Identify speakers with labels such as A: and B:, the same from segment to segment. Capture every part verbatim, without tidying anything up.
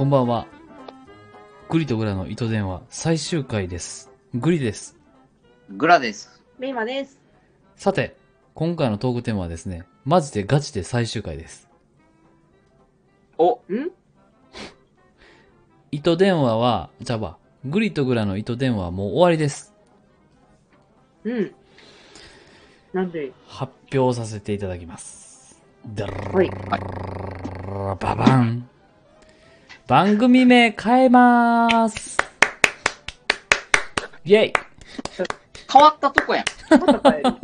A: こんばんは。グリとグラの糸電話最終回です。グリです。
B: グラです。
C: メイマです。
A: さて、今回のトークテーマはですね、マジでガチで最終回です。
B: お、
C: ん
A: 糸電話は、じゃあば、グリとグラの糸電話はもう終わりです。
C: うん。なんで
A: 発表させていただきます。
C: はい。
A: ババン。番組名変えまーす。イェイ。
B: 変わったとこやん。
C: また帰る。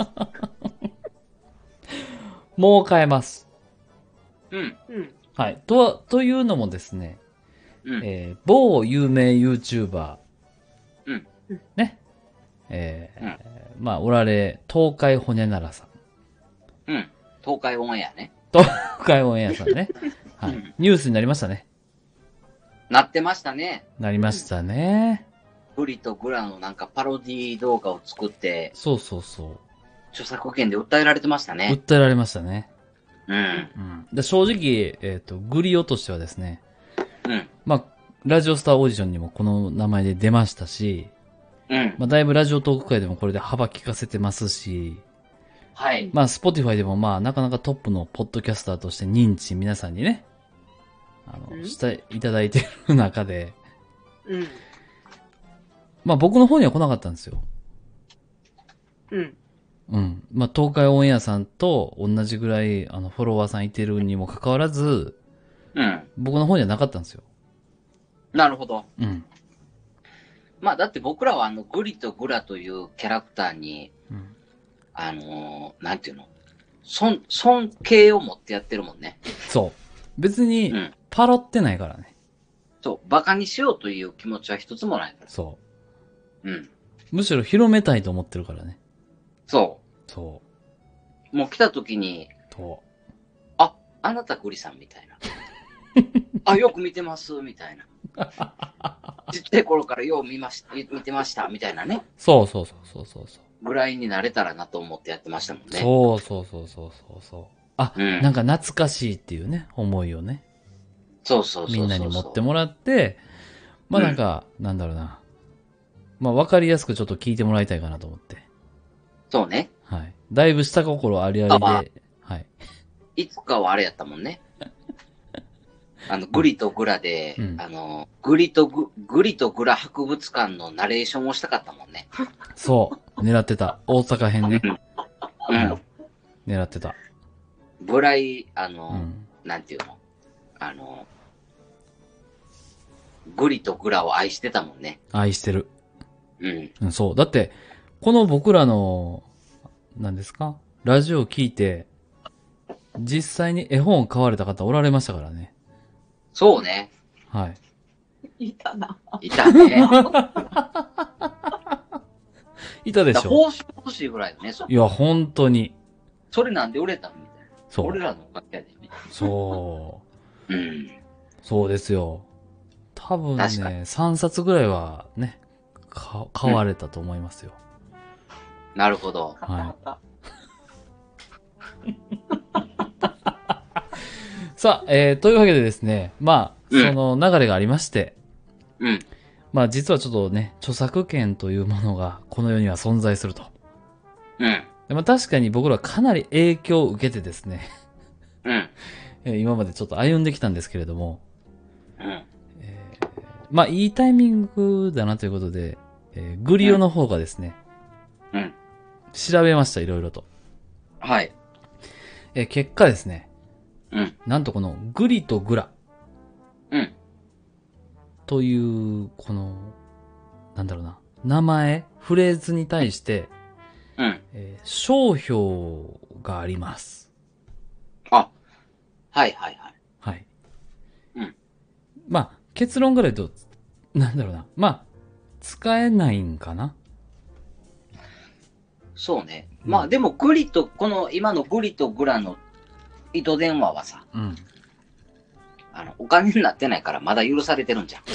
A: もう変えます。
B: うん。
C: うん。
A: はい。と、というのもですね、
B: うん。
A: えー、某有名 YouTuber。
B: うん。
A: ね。えー、まあ、おられ、東海ホニャララさん。
B: うん。東海オンエアね。
A: 東海オンエアさんね。はい。
B: うん
A: ニュースになりましたね。
B: なってましたね。
A: なりましたね。
B: グリとグラのなんかパロディ動画を作って、
A: そうそうそう。
B: 著作権で訴えられてましたね。
A: 訴えられましたね。
B: うん。
A: うん。で正直、えっ、と、グリオとしてはですね、
B: うん。
A: まあ、ラジオスターオーディションにもこの名前で出ましたし、
B: うん。
A: まあ、だいぶラジオトーク界でもこれで幅利かせてますし、
B: はい。
A: まあ、スポティファイでもまあ、なかなかトップのポッドキャスターとして認知皆さんにね、あの、
C: うん
A: していただいてる中で、
C: うん。
A: まあ僕の方には来なかったんですよ。
C: うん。
A: うん。まあ東海オンエアさんと同じぐらい、あの、フォロワーさんいてるにもかかわらず、
B: うん。
A: 僕の方にはなかったんですよ。
B: なるほど。
A: うん。
B: まあだって僕らはあのグリとグラというキャラクターに、
A: うん。
B: あのー、なんていうの尊、尊敬を持ってやってるもんね。
A: そう。別
B: う
A: に、
B: ん。
A: パロってないからね。
B: そう。馬鹿にしようという気持ちは一つもないから。
A: そ
B: うん。
A: う。むしろ広めたいと思ってるからね。
B: そ
A: そ
B: う。もう来た時に、
A: う。と。
B: あ、あなたグリさんみたいな。あ、よく見てます、みたいな。ちっちゃい頃からよう見まし、見てました、みたいなね。
A: そうそうそうそうそうそう。
B: ぐらいになれたらなと思ってやってましたもんね。
A: そうそうそうそうそうそう。あ、
B: うん
A: なんか懐かしいっていうね、思いをね。
B: そうそうそうそうそう。
A: みんなに持ってもらって、まあなんか、なんだろうな。まあわかりやすくちょっと聞いてもらいたいかなと思って。
B: そうね。
A: はい。だいぶ下心ありあり
B: あまあ
A: で、はい。
B: いつかはあれやったもんね。あの、グリとグラで、
A: うん
B: あの、グリとグ、グリとグラ博物館のナレーションをしたかったもんね。
A: そう。狙ってた。大阪編ね。
B: うん。
A: うん狙ってた。
B: ぐらい、あ
A: う
B: の、
A: ん。
B: なんていうのあの、グリとグラを愛してたもんね。
A: 愛してる。
B: うん。
A: うん、そう。だって、この僕らの、何ですかラジオを聞いて、実際に絵本を買われた方おられましたからね。
B: そうね。
A: はい。
C: いたな。
B: いたね。
A: いたでしょ。
B: だ報酬欲しいぐらいよね、そ
A: いや、本当に。
B: それなんで売れたんみたいな。
A: そう。
B: 俺らのおかげやで、みたい
A: そう。
B: な。うん。
A: そうですよ。多分
B: 確か
A: ね、さんさつぐらいはね、か買われたと思いますよ。
B: なるほど。
A: はい
C: あ
A: さあ、えー、というわけでですね、まあ、
B: うん
A: その流れがありまして、
B: うん。
A: まあ実はちょっとね、著作権というものがこの世には存在すると。
B: うん。
A: でまあ確かに僕らかなり影響を受けてですね、
B: うん。
A: えー今までちょっと歩んできたんですけれども、
B: うん。
A: まあいいタイミングだなということで、えーグリオの方がですね、
B: うん。
A: 調べました、いろいろと。
B: はい。
A: えー結果ですね、
B: うん。
A: なんとこのグリとグラ
B: うん。
A: という、この、なんだろうな、名前、フレーズに対して、
B: うん。
A: えー商標があります。
B: あ、はいはいはい。
A: はい。
B: うん。
A: まあ、結論から言うと、なんだろうな。まあ、使えないんかな。
B: そうね。
A: うん
B: まあでもグリと、この今のグリとグラの糸電話はさ、
A: うん。
B: あの、お金になってないからまだ許されてるんじゃん。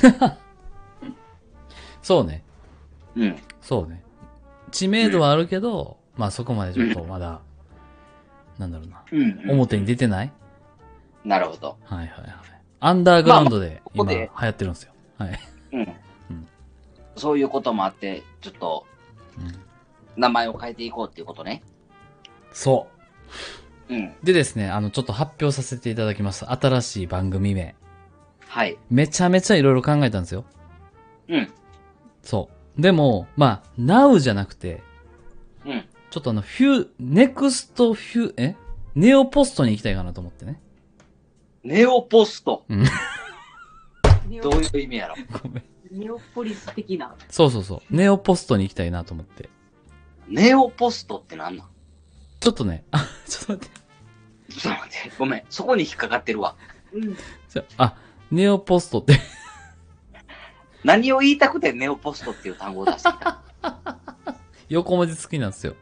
A: そうね。
B: うん。
A: そうね。知名度はあるけど、まあそこまでちょっとまだ、なんだろうな。
B: うん、うん。
A: 表に出てない。
B: なるほど。
A: はいはいはい。 アンダーグラウンドで今流
B: ここで
A: 行ってるんですよ。はい。
B: うん。
A: うん
B: そういうこともあって、ちょっと
A: うん、
B: 名前を変えていこうっていうことね。
A: そ
B: うん。
A: う。でですね、あの、ちょっと発表させていただきます。新しい番組名。
B: はい。
A: めちゃめちゃいろいろ考えたんですよ。
B: うん。
A: そう。でも、まあ、Now じゃなくて、
B: うん。
A: ちょっとあの、フュー、ネクストフュー、えネオポストに行きたいかなと思ってね。
B: ネオポスト。
A: うん。
C: ネオ
B: どういう意味やろ。
A: ごめん。
C: ネオポリス的な。
A: そうそうそう。ネオポストに行きたいなと思って。
B: ネオポストってなんなん？
A: ちょっとね、あ、ちょっと待って。
B: ちょっと待って。ごめん。そこに引っかかってるわ。
C: うん。
A: じゃあ、ネオポストって。
B: 何を言いたくてネオポストっていう単語を出してきた。
A: 横文字好きなんですよ。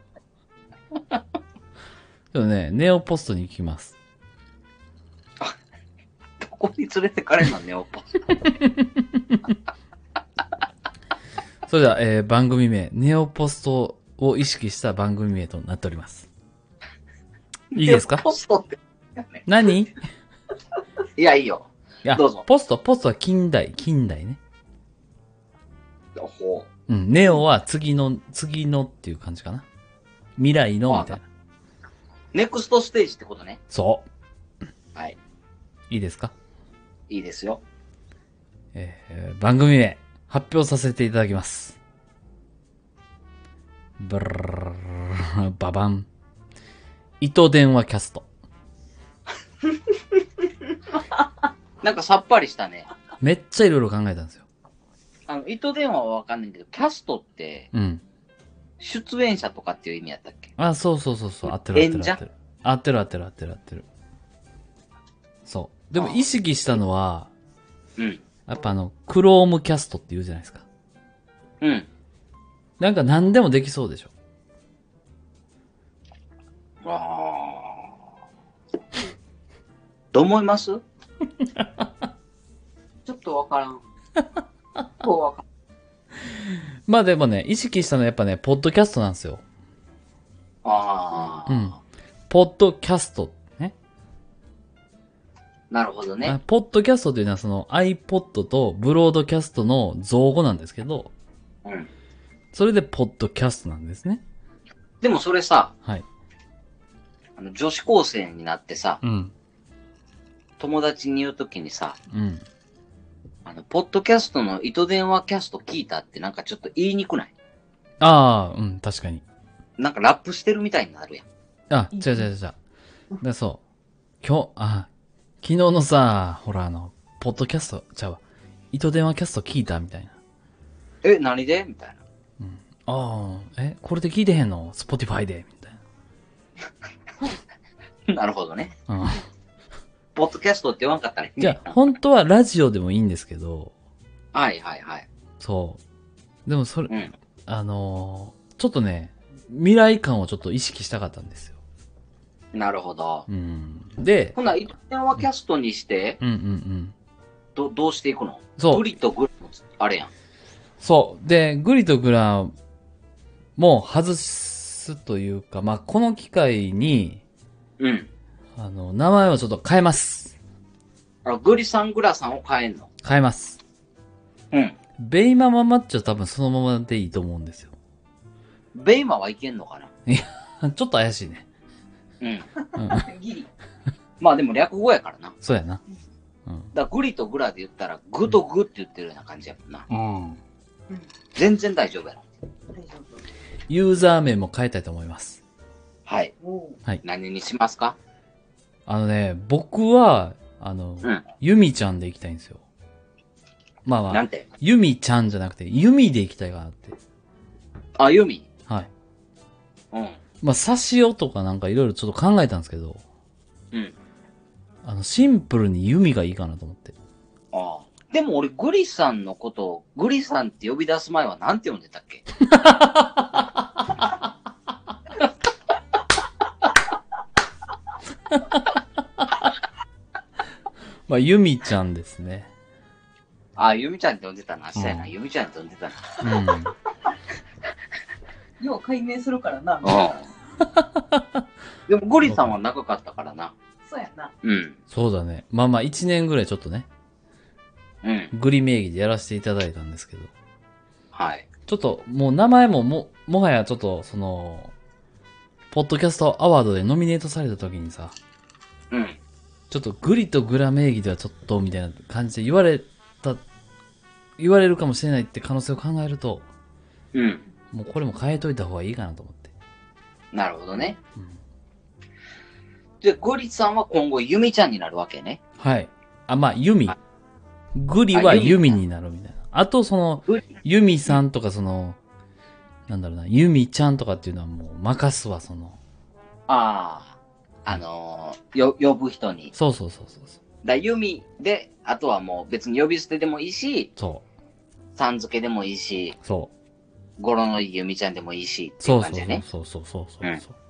A: でもね、ネオポストに行きます。
B: どこに連れてかれんのネオポスト。
A: それでは、えー番組名、ネオポストを意識した番組名となっております。いいですか
B: ネオポストって。
A: 何い
B: いや、いいよ。
A: や、
B: どうぞ
A: ポスト、ポストは近代、近代ね。
B: ほ
A: うん、ネオは次の、次のっていう感じかな。未来の、みたいな。
B: う。ネクストステージってことね。
A: そう。
B: はい。
A: いいですか
B: いいですよ。
A: えー番組名、発表させていただきます。ブルーババン。糸電話キャスト。
B: なんかさっぱりしたね。
A: めっちゃいろいろ考えたんですよ。
B: あの、糸電話はわかんないけど、キャストって、
A: うん。
B: 出演者とかっていう意味やったっけ？
A: あ、そうそうそうそう。合ってる合って
B: 演者
A: る合ってる。合ってる合ってる合ってる合ってる。そう。でも意識したのは、
B: うん。
A: やっぱあの、クロームキャストって言うじゃないですか。
B: うん。
A: なんか何でもできそうでしょ。
B: あーどう思います？
C: ちょっとわからん。こうわかん
A: まあでもね、意識したのはやっぱね、ポッドキャストなんですよ。
B: ああ、
A: うん。ポッドキャストね。
B: なるほど
A: あ
B: ね。
A: ポッドキャストというのはその iPod とブロードキャストの造語なんですけど、
B: うん。
A: それでポッドキャストなんですね。
B: でもそれさ、
A: はい。
B: あの女子高生になってさ、
A: うん。
B: 友達に言うときにさ、
A: うん。
B: あの、ポッドキャストの糸電話キャスト聞いたってなんかちょっと言いにくない？
A: ああ、うん、確かに。
B: なんかラップしてるみたいになるやん。
A: あ、違う違う違う違う。で、そう。今日、あ、昨日のさ、ほらあの、ポッドキャスト、ちゃうわ。糸電話キャスト聞いたみたいな。
B: え、何でみたいな。
A: ああ、え、これで聞いてへんの ?Spotify でみたい
B: なるほどね。
A: な。うん。
B: ポッドキャストって言わんかったね。
A: じゃあ、本当はラジオでもいいんですけど、
B: はいはいはい。
A: そう。でもそれ、
B: うん。
A: あのーちょっとね、未来感をちょっと意識したかったんですよ。
B: なるほど。
A: うん。で、
B: ほな、糸電話キャストにして、
A: うんうんうん。
B: ど、どうしていくの？
A: そう
B: グリとグリの、あれやん。
A: そう。で、グリとグラも外すというか、まあ、この機会に、
B: うん。
A: あの、名前をちょっと変えます。
B: あの、グリさんグラさんを変えんの？
A: 変えます。
B: うん。
A: ベイマママッチョ多分そのままでいいと思うんですよ。
B: ベイマはいけんのかな？
A: ちょっと怪しいね。
B: うん。
A: うん。
C: ギリ。
B: まあでも略語やからな。だか
A: そうやな。うん。
B: らグリとグラで言ったら、グとグって言ってるような感じやもんな。
A: うん。
C: うん。
B: 全然大丈夫やろ。
C: 大丈夫。
A: ユーザー名も変えたいと思います。
B: はい。
C: おう。
B: 何にしますか？
A: あのね、僕は、あの、
B: うん。
A: ユミちゃんで行きたいんですよ。まあまあ、
B: なんて？
A: ユミちゃんじゃなくて、ユミで行きたいかなって。
B: あ、ユミ。
A: はい。
B: うん。
A: まあ、サシオとかなんかいろいろちょっと考えたんですけど、
B: うん。
A: あの、シンプルにユミがいいかなと思って。
B: ああ。でも俺、グリさんのことを、グリさんって呼び出す前はなんて呼んでたっけ？
A: まあ、ユミちゃんですね。
B: ああ、ユミちゃんって呼んでたな。そうやな。
A: うん
B: ユミちゃんって呼んでたな。
A: うん。
C: よう解明するからな。
B: うん。でも、ゴリさんは長かったからな。
C: そうやな。
B: うん。
A: そうだね。まあまあ一年ぐらいちょっとね、
B: うん。
A: グリ名義でやらせていただいたんですけど、
B: はい。
A: ちょっともう名前もも、もはやちょっとその、ポッドキャストアワードでノミネートされた時にさ、
B: うん。
A: ちょっとグリとグラ名義ではちょっとみたいな感じで言われた、言われるかもしれないって可能性を考えると、
B: うん。
A: もうこれも変えといた方がいいかなと思って。
B: なるほどね。
A: うん、
B: で、グリさんは今後ユミちゃんになるわけね。
A: はい。あ、まあ、ユミ
B: あ。
A: グリは
B: あユミ
A: ユミになるみたいな。あと、その、
B: グリ
A: ユミさんとかその、なんだろうな、ユミちゃんとかっていうのはもう任すわ、その。
B: ああ、あのー、よ、呼ぶ人に。
A: そうそうそうそうそう。
B: だユミで、あとはもう別に呼び捨てでもいいし、
A: そ
B: さん付けでもいいし、
A: う。そう。
B: 語呂のいいユミちゃんでもいいしってい
A: そううそう
B: 感じだね。
A: そうそうそうそう
B: うん
A: そう。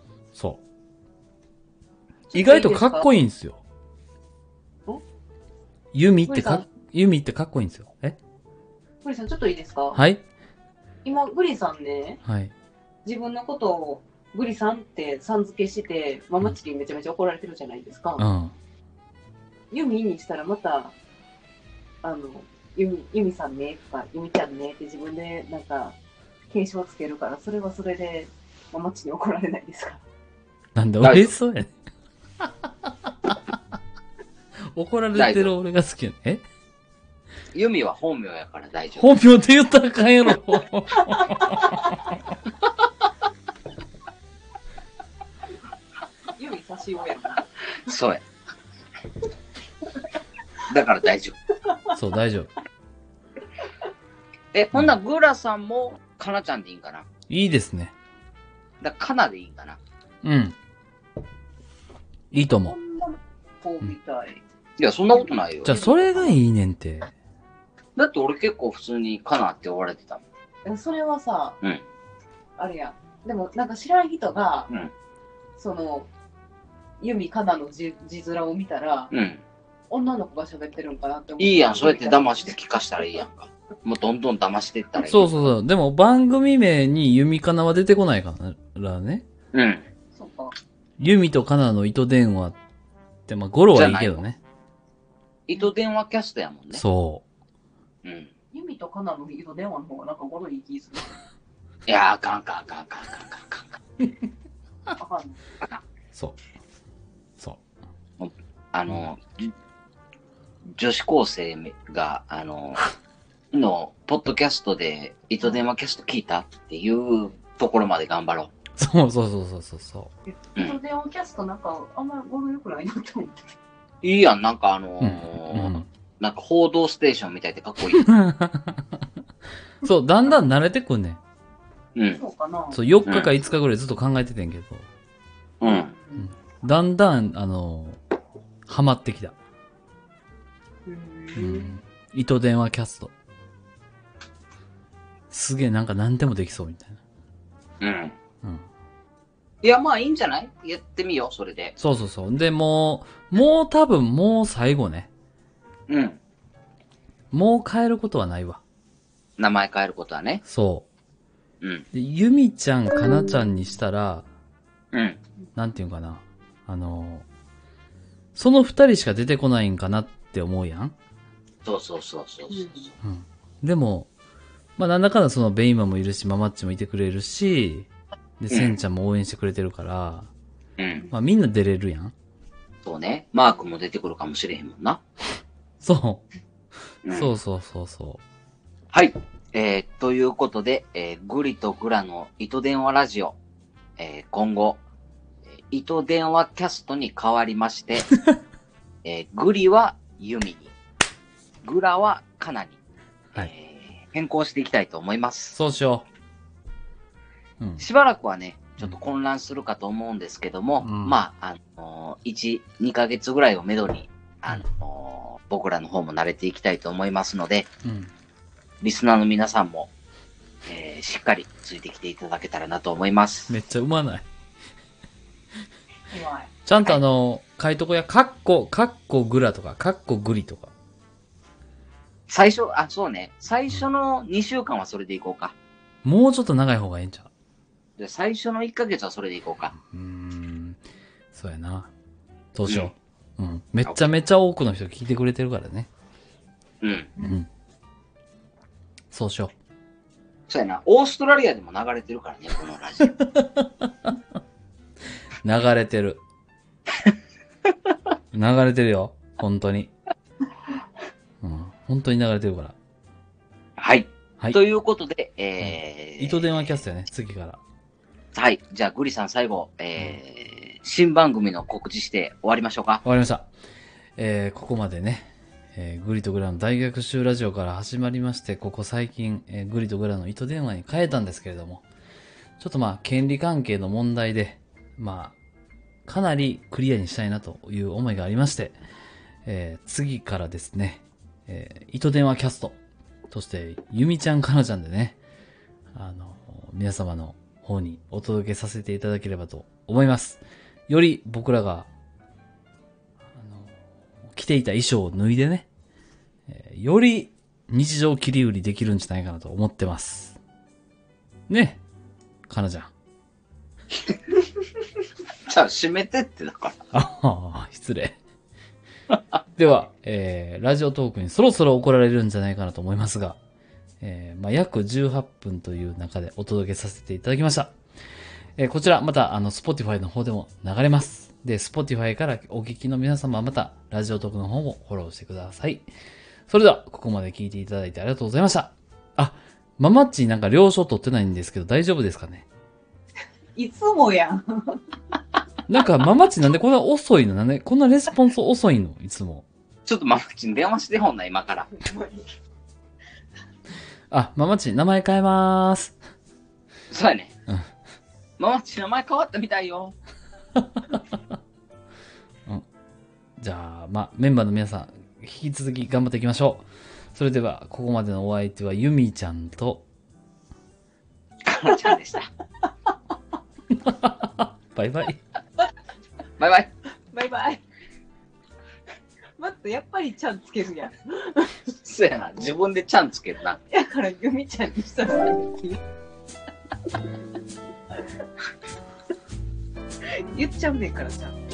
A: そう。意外とかっこ
C: いい。
A: いいんですよ。
C: お
A: ユミってか
C: グリさん、
A: ユミってかっこいいんですよ。え
C: グリさん、ちょっといいですか？
A: はい
C: 今、グリさんね、
A: はい。
C: 自分のことをグリさんってさん付けして、ママチキにめちゃめちゃ怒られてるじゃないですか。
A: うん。
C: ユミにしたらまた、あの、ユミ、ユミさんねとか、ユミちゃんねって自分でなんか、継承つけるから、それはそれで、ママチに怒られないですか？
A: なんで
B: 大丈夫
A: 俺そうやねん。怒られてる俺が好きやねん。え
B: ユミは本名やから大丈夫。
A: 本名って言ったらあかんやろ。
C: ユミ差し親やな。
B: そうや。だから大丈夫。
A: そう、大丈夫。
B: え、ほんならグラさんもかなちゃんでいいんかな？
A: いいですね。
B: だからかなでいいんかな？
A: うん。いいと思う。
C: 女の子みたい。
B: いや、そんなことないよ。
A: じゃあ、それがいいねんて。
B: だって俺結構普通にかなって呼ばれてたもん。
C: それはさ、
B: うん。
C: あれや。でも、なんか知らん人が、
B: うん
C: その、ユミカナの字字面を見たら、
B: うん。
C: 女の子が喋ってるんかなって思って。
B: いいやん、そうやって騙して聞かしたらいいやんか。もうどんどん騙していったらいい。
A: そうそうそう。でも、番組名にユミカナは出てこないからね。
B: うん。
C: そうか。
A: ユミとカナの糸電話って、まあ、ゴロはいいけどね。
B: 糸電話キャストやもんね。
A: そ
B: うん。
C: ユミとカナの糸電話の方がなんかゴロいい気する。
B: いやー、あかんあかんあかんあかんあかんあかんあかん。
C: わかんない。
A: う。そう。そう。
B: あの、じ女子高生が、あの、の、ポッドキャストで糸電話キャスト聞いたっていうところまで頑張ろ
A: そうそうそうそうそうそ
B: うん
C: 糸電話キャストなんかあんまりゴロ良くないなって思って。
B: う。いいやん、なんかあの
A: う。う
B: ー
A: ん。うん。
B: なんか報道ステーションみたいでかっこいい。
A: そう、だんだん慣れてくんねん。
B: うん。
C: そうかな。
A: そう、よっかかいつかぐらいずっと考えててんけど、
B: うん。
C: うん
A: だんだん、あの、ハマってきた。
C: う。
A: うんん。糸電話キャスト。すげえなんか何でもできそうみたい
B: うん。
A: な。うん。
B: いや、まあいいんじゃない？やってみよう、それで。
A: そうそうそう。で、もう、もう多分もう最後ね。
B: うん。
A: もう変えることはないわ。
B: 名前変えることはね。
A: そ
B: うん。
A: う。で、ゆみちゃん、かなちゃんにしたら、
B: うん。
A: なんていうんかな。あの、その二人しか出てこないんかなって思うやん。
B: そうそうそうそうそう。
A: うん。でも、まあ、なんだかんだそのベイマもいるし、ママッチもいてくれるし、で、センちゃんも応援してくれてるから、
B: うん。
A: まあ、みんな出れるやん。
B: そうね。マークも出てくるかもしれへんもんな。
A: そうう。
B: ん
A: そうそうそうそ
B: はい。えー、ということで、えー、グリとグラの糸電話ラジオ、えー、今後、えー糸電話キャストに変わりまして、えー、グリはユミに、グラはカナに、
A: はい
B: えー変更していきたいと思いま
A: う。
B: す。
A: そうしよう。うん。
B: しばらくはね、ちょっと混乱するかと思うんですけども、
A: うん
B: まあ、あのー、いち、にかげつぐらいをめどに、あのー、僕らの方も慣れていきたいと思いますので、
A: うん。
B: リスナーの皆さんも、えーしっかりついてきていただけたらなと思います。
A: めっちゃうまない。
C: 怖い。
A: ちゃんとあの、書いとこや、カッコ、カッコグラとか、カッコグリとか。
B: 最初、あ、そうね。最初のにしゅうかんはそれでいこうか。
A: もうちょっと長い方がいいんちゃ
B: で最初のいっかげつはそれでいこうか。
A: ううーん。そうやな。そうしようん。めっちゃめちゃ多くの人聞いてくれてるからね。
B: うん。
A: うん。そうしよ
B: そうやな。オーストラリアでも流れてるからね、このラジオ。
A: う。流れてる。流れてるよ。本当に。うん。本当に流れてるから。
B: はい。
A: はい。
B: ということで、えー、
A: 糸電話キャストやね、次から。
B: はい。じゃあ、グリさん最後、えー、新番組の告知して終わりましょうか。
A: わかりました。えー、ここまでね、えー、グリとグラの大学習ラジオから始まりまして、ここ最近、えー、グリとグラの糸電話に変えたんですけれども、ちょっとまあ、権利関係の問題で、まあ、かなりクリアにしたいなという思いがありまして、えー、次からですね、えー、糸電話キャストとして、ゆみちゃんかなちゃんでね、あの、皆様の方にお届けさせていただければと思います。より僕らが、あの、着ていた衣装を脱いでね、えー、より日常切り売りできるんじゃないかなと思ってます。ね、かなちゃん。
B: じゃあ、閉めてってだから。
A: ああ、失礼。では、えー、ラジオトークにそろそろ怒られるんじゃないかなと思いますが、えー、まあ、約じゅうはっぷんという中でお届けさせていただきました。えー、こちら、また、あの、Spotify の方でも流れます。で、Spotify からお聞きの皆様はまた、ラジオトークの方もフォローしてください。それでは、ここまで聞いていただいてありがとうございました。あ、ママッチなんか了承取ってないんですけど、大丈夫ですかね？
C: いつもやん。
A: なんか、ママッチなんでこんな遅いの？なんでこんなレスポンス遅いの？いつも。
B: ちょっとママチに電話してほんな、今から。
A: あ、ママッチ、名前変えまーす。
B: そうやね。
A: うん。
B: ママチ名前変わったみたいよ。
A: うん。じゃあ、まあ、メンバーの皆さん、引き続き頑張っていきましょう。それでは、ここまでのお相手はユミちゃんと、
B: かなちゃんでした。
A: バイバイ。
B: バイバイ。
C: バイバイ。待って、やっぱりちゃんつけるやん。
B: そうやな。自分でちゃんつけるな。
C: だから、ゆみちゃんにしたら言っちゃうねんから、ちゃん。